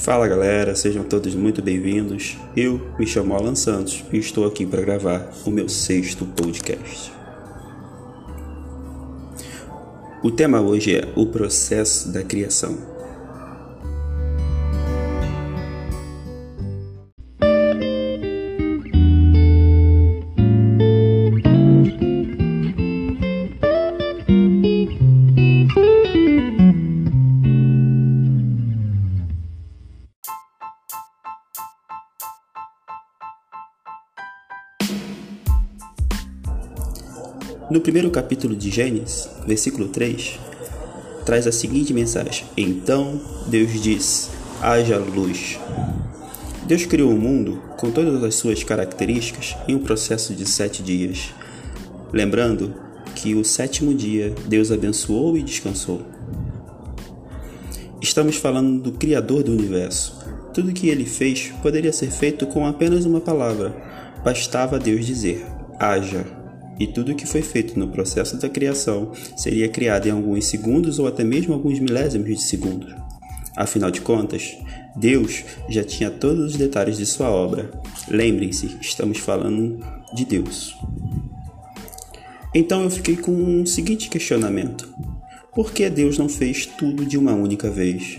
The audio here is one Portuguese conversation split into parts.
Fala galera, sejam todos muito bem-vindos. Eu me chamo Alan Santos e estou aqui para gravar o meu 6º podcast. O tema hoje é o processo da criação. No primeiro capítulo de Gênesis, versículo 3, traz a seguinte mensagem: Então Deus disse, haja luz. Deus criou o mundo com todas as suas características em um processo de 7 dias. Lembrando que o 7º dia Deus abençoou e descansou. Estamos falando do Criador do Universo. Tudo que ele fez poderia ser feito com apenas uma palavra. Bastava Deus dizer, haja. E tudo o que foi feito no processo da criação seria criado em alguns segundos ou até mesmo alguns milésimos de segundos. Afinal de contas, Deus já tinha todos os detalhes de sua obra. Lembrem-se, estamos falando de Deus. Então eu fiquei com o seguinte questionamento: por que Deus não fez tudo de uma única vez?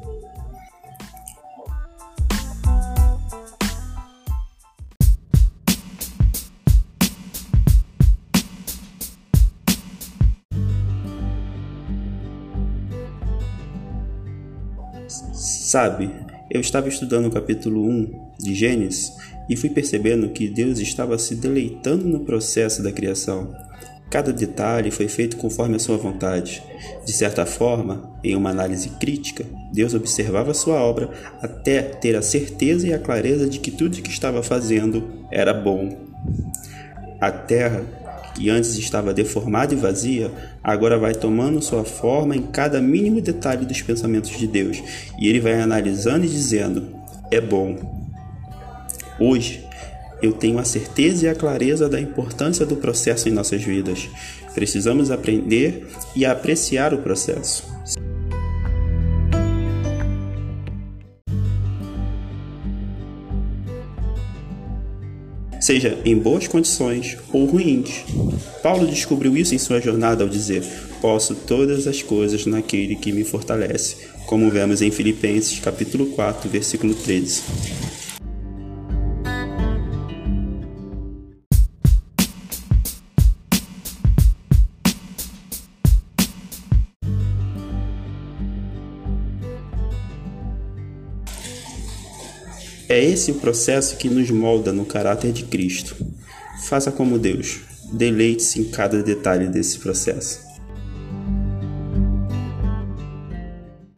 Sabe, eu estava estudando o capítulo 1 de Gênesis e fui percebendo que Deus estava se deleitando no processo da criação. Cada detalhe foi feito conforme a sua vontade. De certa forma, em uma análise crítica, Deus observava sua obra até ter a certeza e a clareza de que tudo que estava fazendo era bom. A terra, que antes estava deformada e vazia, agora vai tomando sua forma em cada mínimo detalhe dos pensamentos de Deus, e ele vai analisando e dizendo, é bom. Hoje, eu tenho a certeza e a clareza da importância do processo em nossas vidas. Precisamos aprender e apreciar o processo. Seja em boas condições ou ruins. Paulo descobriu isso em sua jornada ao dizer, posso todas as coisas naquele que me fortalece, como vemos em Filipenses capítulo 4, versículo 13. É esse o processo que nos molda no caráter de Cristo. Faça como Deus, deleite-se em cada detalhe desse processo.